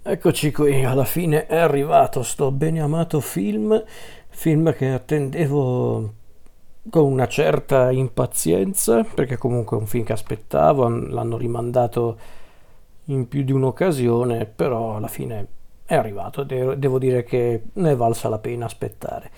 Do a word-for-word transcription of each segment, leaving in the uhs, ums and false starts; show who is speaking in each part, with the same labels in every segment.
Speaker 1: Eccoci qui, alla fine è arrivato sto beniamato film, film che attendevo con una certa impazienza, perché comunque è un film che aspettavo, han- l'hanno rimandato in più di un'occasione, però alla fine è arrivato, de- devo dire che ne è valsa la pena aspettare.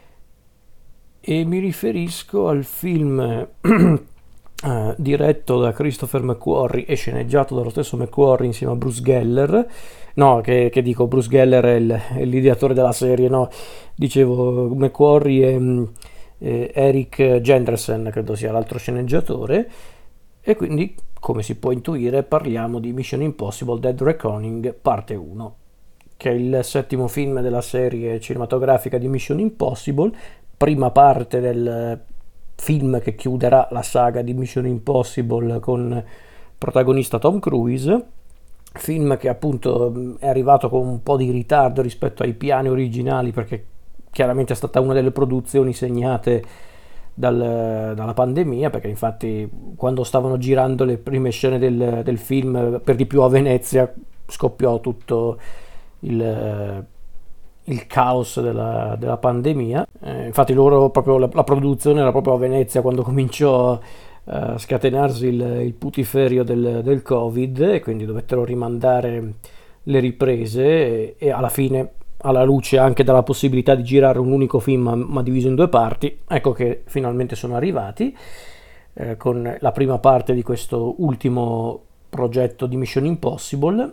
Speaker 1: E mi riferisco al film eh, diretto da Christopher McQuarrie e sceneggiato dallo stesso McQuarrie insieme a Bruce Geller. No, che, che dico, Bruce Geller è, il- è l'ideatore della serie, no, dicevo McQuarrie e mm, eh, Eric Jendresen, credo sia l'altro sceneggiatore, e quindi, come si può intuire, parliamo di Mission Impossible Dead Reckoning parte uno, che è il settimo film della serie cinematografica di Mission Impossible, prima parte del film che chiuderà la saga di Mission Impossible con protagonista Tom Cruise. Film che appunto mh, è arrivato con un po' di ritardo rispetto ai piani originali, perché chiaramente è stata una delle produzioni segnate dal- dalla pandemia, perché infatti quando stavano girando le prime scene del, del film, per di più a Venezia, scoppiò tutto il, il caos della, della pandemia. Eh, infatti loro proprio la, la produzione era proprio a Venezia quando cominciò eh, a scatenarsi il, il putiferio del, del Covid, e quindi dovettero rimandare le riprese e, e alla fine, alla luce anche della possibilità di girare un unico film ma, ma diviso in due parti, ecco che finalmente sono arrivati eh, con la prima parte di questo ultimo progetto di Mission Impossible.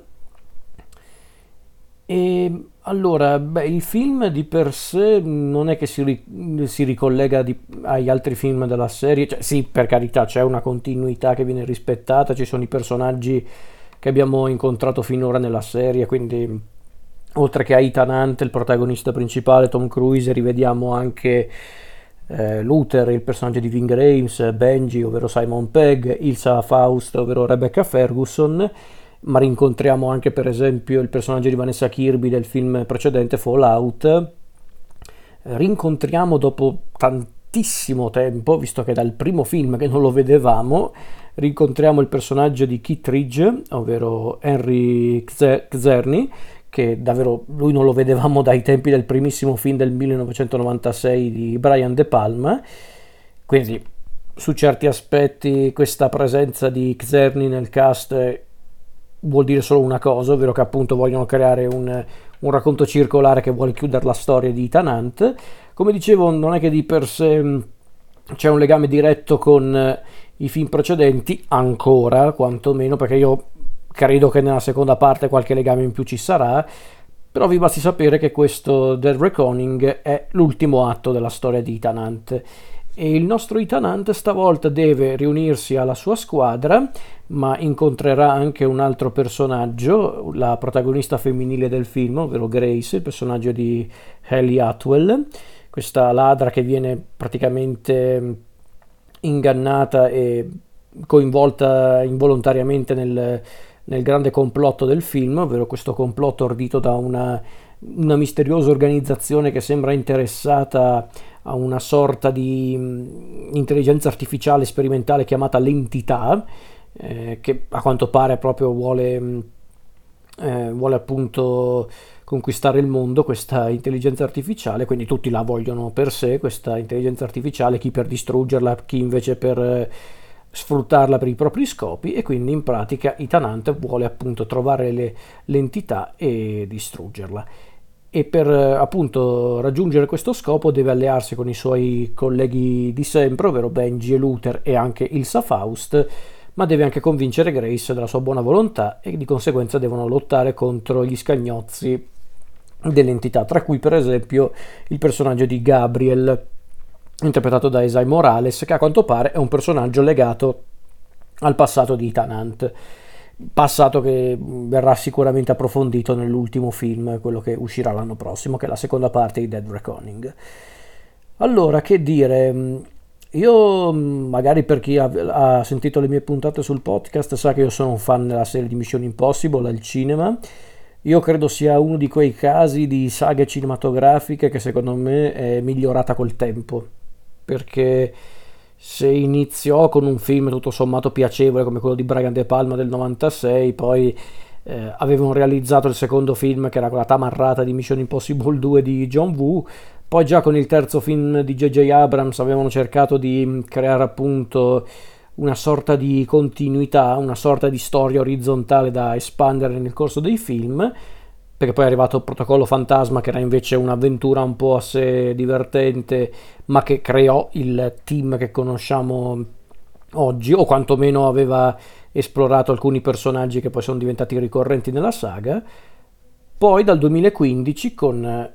Speaker 1: E allora, beh, il film di per sé non è che si, ri- si ricollega di- agli altri film della serie, cioè sì, per carità, c'è una continuità che viene rispettata, ci sono i personaggi che abbiamo incontrato finora nella serie, quindi oltre che a Ethan Hunt, il protagonista principale, Tom Cruise, rivediamo anche eh, Luther, il personaggio di Ving Rhames, Benji, ovvero Simon Pegg, Ilsa Faust, ovvero Rebecca Ferguson, ma rincontriamo anche per esempio il personaggio di Vanessa Kirby del film precedente Fallout. Eh, rincontriamo dopo tantissimo tempo, visto che è dal primo film che non lo vedevamo, rincontriamo il personaggio di Kittredge, ovvero Henry Xe- Czerny, che davvero lui non lo vedevamo dai tempi del primissimo film del millenovecentonovantasei di Brian De Palma, quindi su certi aspetti questa presenza di Czerny nel cast eh, vuol dire solo una cosa, ovvero che appunto vogliono creare un, un racconto circolare che vuole chiudere la storia di Ethan Hunt. Come dicevo, non è che di per sé mh, c'è un legame diretto con eh, i film precedenti, ancora, quantomeno, perché io credo che nella seconda parte qualche legame in più ci sarà, però vi basti sapere che questo Dead Reckoning è l'ultimo atto della storia di Ethan Hunt. E il nostro Ethan Hunt stavolta deve riunirsi alla sua squadra, ma incontrerà anche un altro personaggio, la protagonista femminile del film, ovvero Grace, il personaggio di Hayley Atwell, questa ladra che viene praticamente ingannata e coinvolta involontariamente nel, nel grande complotto del film, ovvero questo complotto ordito da una, una misteriosa organizzazione che sembra interessata a una sorta di mh, intelligenza artificiale sperimentale chiamata l'entità, eh, che a quanto pare proprio vuole, mh, eh, vuole appunto conquistare il mondo, questa intelligenza artificiale, quindi tutti la vogliono per sé, questa intelligenza artificiale, chi per distruggerla, chi invece per eh, sfruttarla per i propri scopi, e quindi in pratica Ethan Hunt vuole appunto trovare le- l'entità e distruggerla. E per eh, appunto raggiungere questo scopo deve allearsi con i suoi colleghi di sempre, ovvero Benji e Luther e anche Ilsa Faust, ma deve anche convincere Grace della sua buona volontà e di conseguenza devono lottare contro gli scagnozzi dell'entità, tra cui per esempio il personaggio di Gabriel, interpretato da Esai Morales, che a quanto pare è un personaggio legato al passato di Ethan Hunt, passato che verrà sicuramente approfondito nell'ultimo film, quello che uscirà l'anno prossimo, che è la seconda parte di Dead Reckoning. Allora, che dire, io magari per chi ha, ha sentito le mie puntate sul podcast sa che io sono un fan della serie di Mission Impossible al cinema. Io credo sia uno di quei casi di saghe cinematografiche che secondo me è migliorata col tempo, perché se iniziò con un film tutto sommato piacevole come quello di Brian De Palma del novantasei, poi eh, avevano realizzato il secondo film, che era quella tamarrata di Mission Impossible due di John Woo. Poi già con il terzo film di J J Abrams avevano cercato di creare appunto una sorta di continuità, una sorta di storia orizzontale da espandere nel corso dei film, perché poi è arrivato il Protocollo Fantasma, che era invece un'avventura un po' a sé divertente, ma che creò il team che conosciamo oggi, o quantomeno aveva esplorato alcuni personaggi che poi sono diventati ricorrenti nella saga. Poi dal duemilaquindici con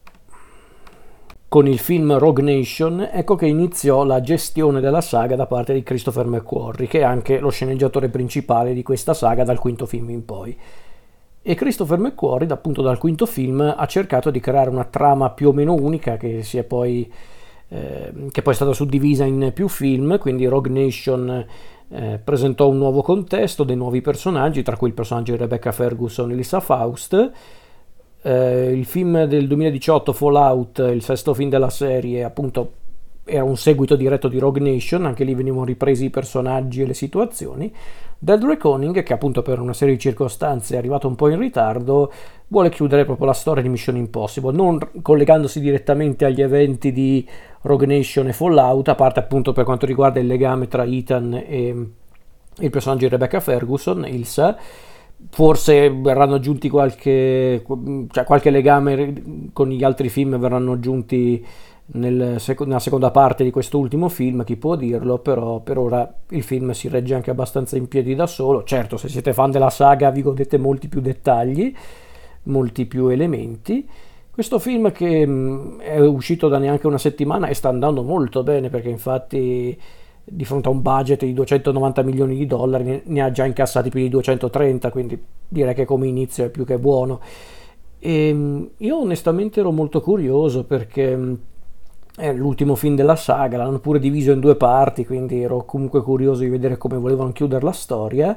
Speaker 1: con il film Rogue Nation, ecco che iniziò la gestione della saga da parte di Christopher McQuarrie, che è anche lo sceneggiatore principale di questa saga dal quinto film in poi. E Christopher McQuarrie, appunto dal quinto film, ha cercato di creare una trama più o meno unica che si è poi, eh, che poi è stata suddivisa in più film. Quindi Rogue Nation eh, presentò un nuovo contesto, dei nuovi personaggi, tra cui il personaggio di Rebecca Ferguson e Lisa Faust. Eh, il film del duemiladiciotto, Fallout, il sesto film della serie, appunto era un seguito diretto di Rogue Nation, anche lì venivano ripresi i personaggi e le situazioni. Dead Reckoning, che appunto per una serie di circostanze è arrivato un po' in ritardo, vuole chiudere proprio la storia di Mission Impossible, non collegandosi direttamente agli eventi di Rogue Nation e Fallout, a parte appunto per quanto riguarda il legame tra Ethan e il personaggio di Rebecca Ferguson, Ilsa. Forse verranno aggiunti qualche, cioè qualche legame con gli altri film, verranno aggiunti nel sec- nella seconda parte di questo ultimo film, chi può dirlo, però per ora il film si regge anche abbastanza in piedi da solo. Certo, se siete fan della saga vi godete molti più dettagli, molti più elementi. Questo film, che mh, è uscito da neanche una settimana e sta andando molto bene, perché infatti di fronte a un budget di duecentonovanta milioni di dollari ne, ne ha già incassati più di duecentotrenta, quindi direi che come inizio è più che buono. E mh, io onestamente ero molto curioso, perché mh, è l'ultimo film della saga, l'hanno pure diviso in due parti, quindi ero comunque curioso di vedere come volevano chiudere la storia,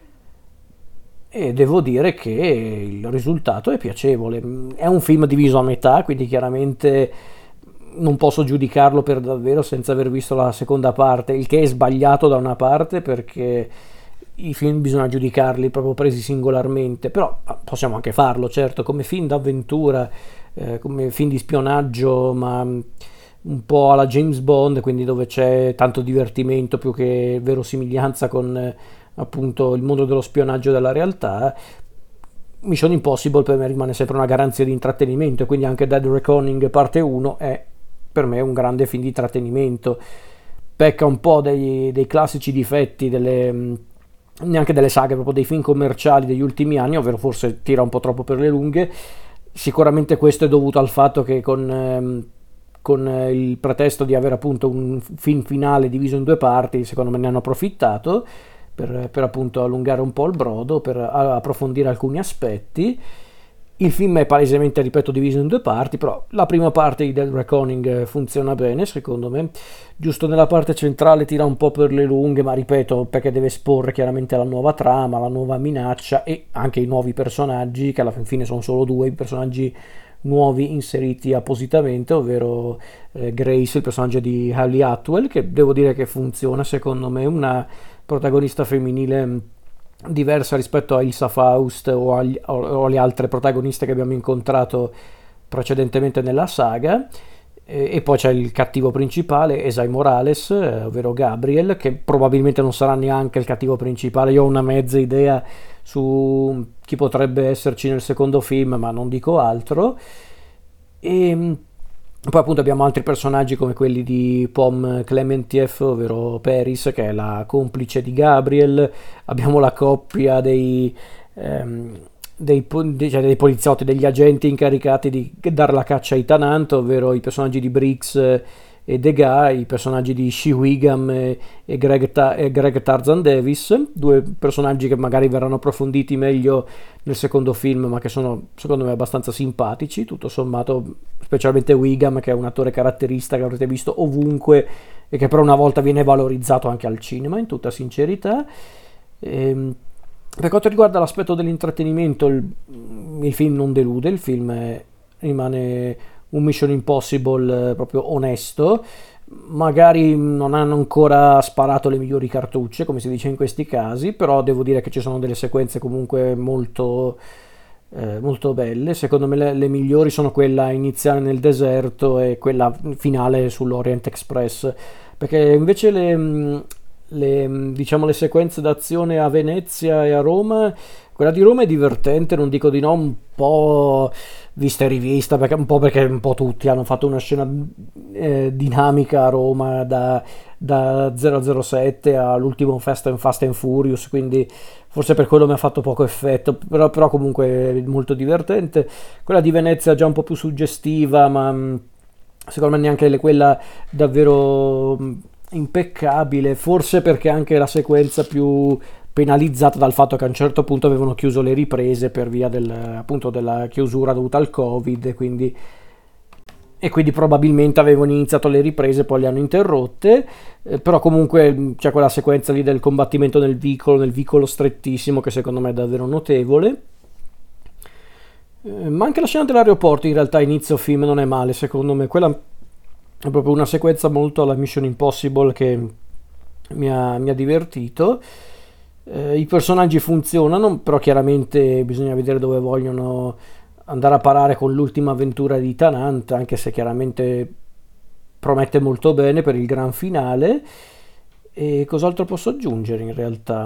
Speaker 1: e devo dire che il risultato è piacevole. È un film diviso a metà, quindi chiaramente non posso giudicarlo per davvero senza aver visto la seconda parte, il che è sbagliato da una parte, perché i film bisogna giudicarli proprio presi singolarmente, però possiamo anche farlo, certo, come film d'avventura, eh, come film di spionaggio, ma un po' alla James Bond, quindi dove c'è tanto divertimento più che verosimiglianza con eh, appunto il mondo dello spionaggio e della realtà. Mission Impossible per me rimane sempre una garanzia di intrattenimento, e quindi anche Dead Reckoning parte uno è per me un grande film di intrattenimento. Pecca un po' dei, dei classici difetti delle, neanche delle saghe, proprio dei film commerciali degli ultimi anni, ovvero forse tira un po' troppo per le lunghe. Sicuramente questo è dovuto al fatto che con, ehm, con il pretesto di avere appunto un film finale diviso in due parti, secondo me ne hanno approfittato per, per appunto allungare un po' il brodo, per approfondire alcuni aspetti. Il film è palesemente, ripeto, diviso in due parti, però la prima parte di Dead Reckoning funziona bene, secondo me. Giusto nella parte centrale tira un po' per le lunghe, ma ripeto, perché deve esporre chiaramente la nuova trama, la nuova minaccia e anche i nuovi personaggi, che alla fine sono solo due, i personaggi nuovi inseriti appositamente, ovvero eh, Grace, il personaggio di Hayley Atwell, che devo dire che funziona, secondo me, una protagonista femminile diversa rispetto a Ilsa Faust o, agli, o alle altre protagoniste che abbiamo incontrato precedentemente nella saga. E, e poi c'è il cattivo principale, Esai Morales, eh, ovvero Gabriel, che probabilmente non sarà neanche il cattivo principale. Io ho una mezza idea su chi potrebbe esserci nel secondo film, ma non dico altro. E poi appunto abbiamo altri personaggi come quelli di Pom Klementieff, ovvero Paris, che è la complice di Gabriel. Abbiamo la coppia dei, ehm, dei, cioè dei poliziotti, degli agenti incaricati di dare la caccia ai Tanant, ovvero i personaggi di Briggs e Degas, i personaggi di Shee Wiggum e, e, Greg Ta- e Greg Tarzan Davis, due personaggi che magari verranno approfonditi meglio nel secondo film, ma che sono secondo me abbastanza simpatici, tutto sommato, specialmente Wiggum, che è un attore caratterista che avrete visto ovunque e che però una volta viene valorizzato anche al cinema, in tutta sincerità. E, per quanto riguarda l'aspetto dell'intrattenimento, il, il film non delude, il film è, rimane un Mission Impossible proprio onesto. magari non hanno ancora sparato le migliori cartucce, come si dice in questi casi, però devo dire che ci sono delle sequenze comunque molto, eh, molto belle. Secondo me le, le migliori sono quella iniziale nel deserto e quella finale sull'Orient Express, perché invece le, mh, le, mh, diciamo, le sequenze d'azione a Venezia e a Roma, quella di Roma è divertente, non dico di no, un po' vista e rivista, perché, un po' perché un po' tutti hanno fatto una scena eh, dinamica a Roma da, da zero zero sette all'ultimo Fast and, Fast and Furious, quindi forse per quello mi ha fatto poco effetto, però, però comunque è molto divertente. Quella di Venezia è già un po' più suggestiva, ma mh, secondo me neanche le- quella davvero mh, impeccabile, forse perché anche la sequenza più penalizzata dal fatto che a un certo punto avevano chiuso le riprese per via del, appunto della chiusura dovuta al Covid, e quindi, e quindi probabilmente avevano iniziato le riprese, poi le hanno interrotte, eh, però comunque mh, c'è quella sequenza lì del combattimento nel vicolo, nel vicolo strettissimo, che secondo me è davvero notevole. Eh, ma anche la scena dell'aeroporto in realtà inizio film non è male, secondo me. Quella è proprio una sequenza molto alla Mission Impossible che mi ha, mi ha divertito. Eh, I personaggi funzionano, però chiaramente bisogna vedere dove vogliono andare a parare con l'ultima avventura di Tanant, anche se chiaramente promette molto bene per il gran finale. E cos'altro posso aggiungere in realtà?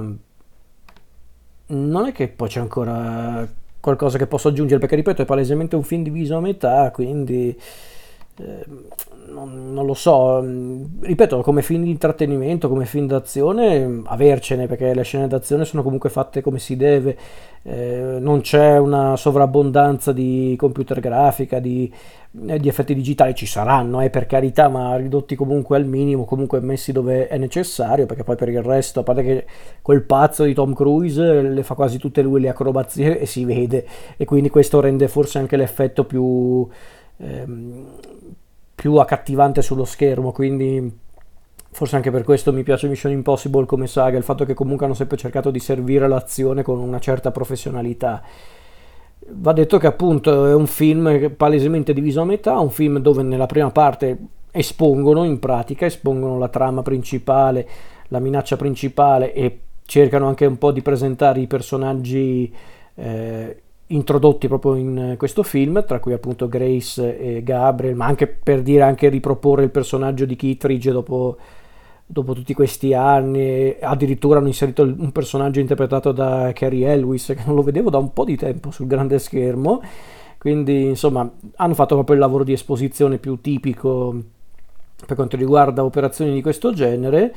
Speaker 1: Non è che poi c'è ancora qualcosa che posso aggiungere, perché ripeto, è palesemente un film diviso a metà, quindi eh, non, non lo so. Mm, ripeto, come film di intrattenimento, come film d'azione, mm, avercene, perché le scene d'azione sono comunque fatte come si deve. Eh, non c'è una sovrabbondanza di computer grafica, di, eh, di effetti digitali. Ci saranno, eh, per carità, ma ridotti comunque al minimo, comunque messi dove è necessario, perché poi per il resto, a parte che quel pazzo di Tom Cruise le fa quasi tutte lui le acrobazie e si vede, e quindi questo rende forse anche l'effetto più, ehm, più accattivante sullo schermo, quindi forse anche per questo mi piace Mission Impossible come saga, il fatto che comunque hanno sempre cercato di servire l'azione con una certa professionalità. Va detto che appunto è un film palesemente diviso a metà, un film dove nella prima parte espongono, in pratica, espongono la trama principale, la minaccia principale, e cercano anche un po' di presentare i personaggi eh, introdotti proprio in questo film, tra cui appunto Grace e Gabriel, ma anche per dire anche riproporre il personaggio di Kittredge dopo, dopo tutti questi anni. Addirittura hanno inserito il- un personaggio interpretato da Cary Elwes, che non lo vedevo da un po' di tempo sul grande schermo, quindi insomma hanno fatto proprio il lavoro di esposizione più tipico per quanto riguarda operazioni di questo genere.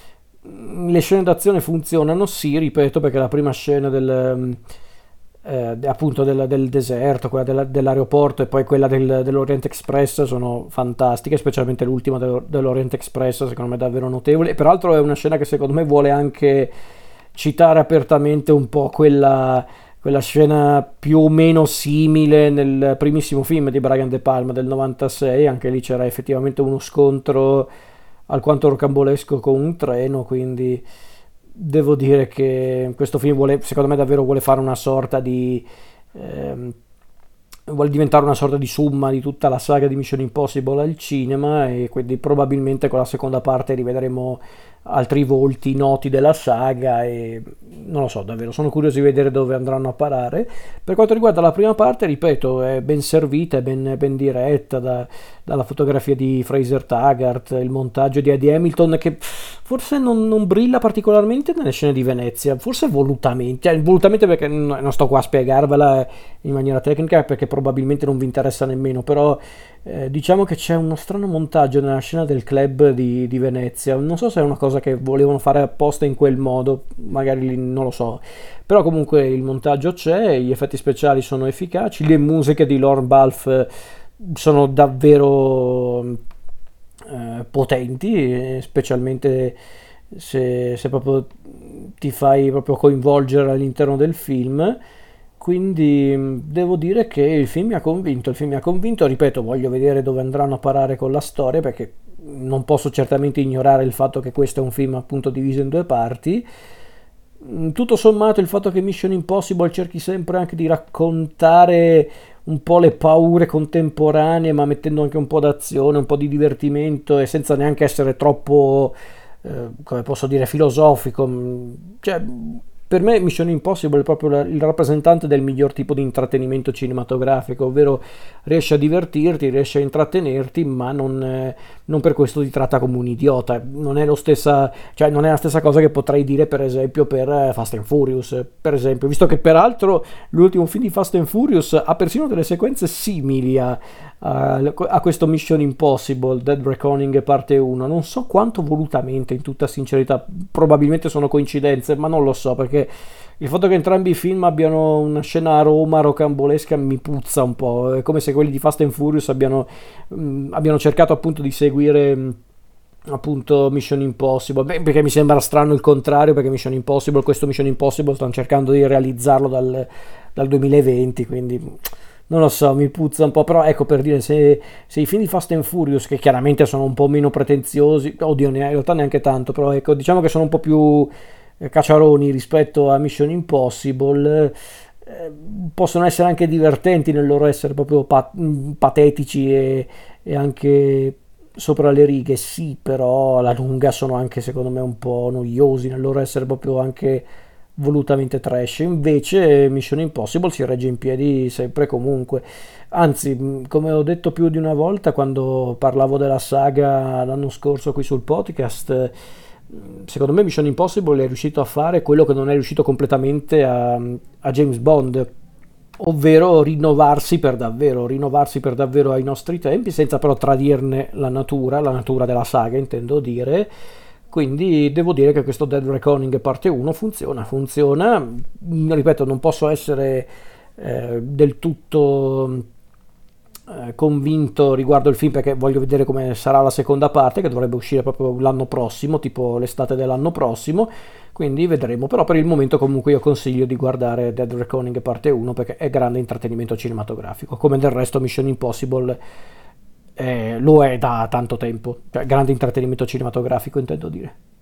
Speaker 1: Mm, Le scene d'azione funzionano, sì, ripeto, perché la prima scena del, eh, de- appunto del, del deserto, quella della- dell'aeroporto e poi quella del- dell'Orient Express sono fantastiche, specialmente l'ultima dello- dell'Orient Express, secondo me è davvero notevole. E peraltro è una scena che secondo me vuole anche citare apertamente un po' quella, quella scena più o meno simile nel primissimo film di Brian De Palma del novantasei. Anche lì c'era effettivamente uno scontro alquanto rocambolesco con un treno, quindi devo dire che questo film vuole, secondo me davvero vuole fare una sorta di ehm, vuole diventare una sorta di summa di tutta la saga di Mission Impossible al cinema, e quindi probabilmente con la seconda parte rivedremo altri volti noti della saga, e non lo so, davvero sono curioso di vedere dove andranno a parare. Per quanto riguarda la prima parte, ripeto, è ben servita, è ben, ben diretta, da- dalla fotografia di Fraser Taggart, il montaggio di Eddie Hamilton, che forse non, non brilla particolarmente nelle scene di Venezia, forse volutamente, cioè, volutamente perché non non sto qua a spiegarvela in maniera tecnica, perché probabilmente non vi interessa nemmeno, però eh, diciamo che c'è uno strano montaggio nella scena del club di, di Venezia. Non so se è una cosa che volevano fare apposta in quel modo, magari lì non lo so, però comunque il montaggio c'è, gli effetti speciali sono efficaci, le musiche di Lorne Balfe eh, sono davvero eh, potenti, eh, specialmente se, se proprio ti fai proprio coinvolgere all'interno del film. Quindi mh, devo dire che il film mi ha convinto, il film mi ha convinto, ripeto, voglio vedere dove andranno a parare con la storia, perché non posso certamente ignorare il fatto che questo è un film appunto diviso in due parti. Mm, Tutto sommato il fatto che Mission Impossible cerchi sempre anche di raccontare un po' le paure contemporanee, ma mettendo anche un po' d'azione, un po' di divertimento e senza neanche essere troppo, eh, come posso dire, filosofico. Mm, Cioè, per me Mission Impossible è proprio la- il rappresentante del miglior tipo di intrattenimento cinematografico, ovvero riesce a divertirti, riesce a intrattenerti, ma non, eh, non per questo ti tratta come un idiota. Non è lo stessa, cioè non è la stessa cosa che potrei dire per esempio per eh, Fast and Furious, per esempio, visto che peraltro l'ultimo film di Fast and Furious ha persino delle sequenze simili a, a- a questo Mission Impossible, Dead Reckoning parte uno. Non so quanto volutamente, in tutta sincerità, probabilmente sono coincidenze, ma non lo so perché il fatto che entrambi i film abbiano una scena a Roma rocambolesca mi puzza un po'. È come se quelli di Fast and Furious abbiano, mh, abbiano cercato appunto di seguire mh, appunto Mission Impossible. Beh, perché mi sembra strano il contrario, perché Mission Impossible, questo Mission Impossible stanno cercando di realizzarlo dal, dal duemilaventi, quindi non lo so, mi puzza un po', però ecco per dire, se, se i film di Fast and Furious, che chiaramente sono un po' meno pretenziosi, oddio, ne- in realtà neanche tanto, però ecco, diciamo che sono un po' più eh, cacciaroni rispetto a Mission Impossible, eh, possono essere anche divertenti nel loro essere proprio pa- mh, patetici e, e anche sopra le righe, sì, però alla lunga sono anche secondo me un po' noiosi nel loro essere proprio anche volutamente trash. Invece Mission Impossible si regge in piedi sempre e comunque. Anzi, mh, come ho detto più di una volta quando parlavo della saga l'anno scorso qui sul podcast, mh, secondo me Mission Impossible è riuscito a fare quello che non è riuscito completamente a, a James Bond, ovvero rinnovarsi per davvero, rinnovarsi per davvero ai nostri tempi, senza però tradirne la natura, la natura della saga, intendo dire. Quindi devo dire che questo Dead Reckoning parte uno funziona, funziona, mm, ripeto, non posso essere eh, del tutto eh, convinto riguardo il film perché voglio vedere come sarà la seconda parte che dovrebbe uscire proprio l'anno prossimo, tipo l'estate dell'anno prossimo, quindi vedremo, però per il momento comunque io consiglio di guardare Dead Reckoning parte uno perché è grande intrattenimento cinematografico, come del resto Mission Impossible eh, lo è da tanto tempo, cioè grande intrattenimento cinematografico intendo dire.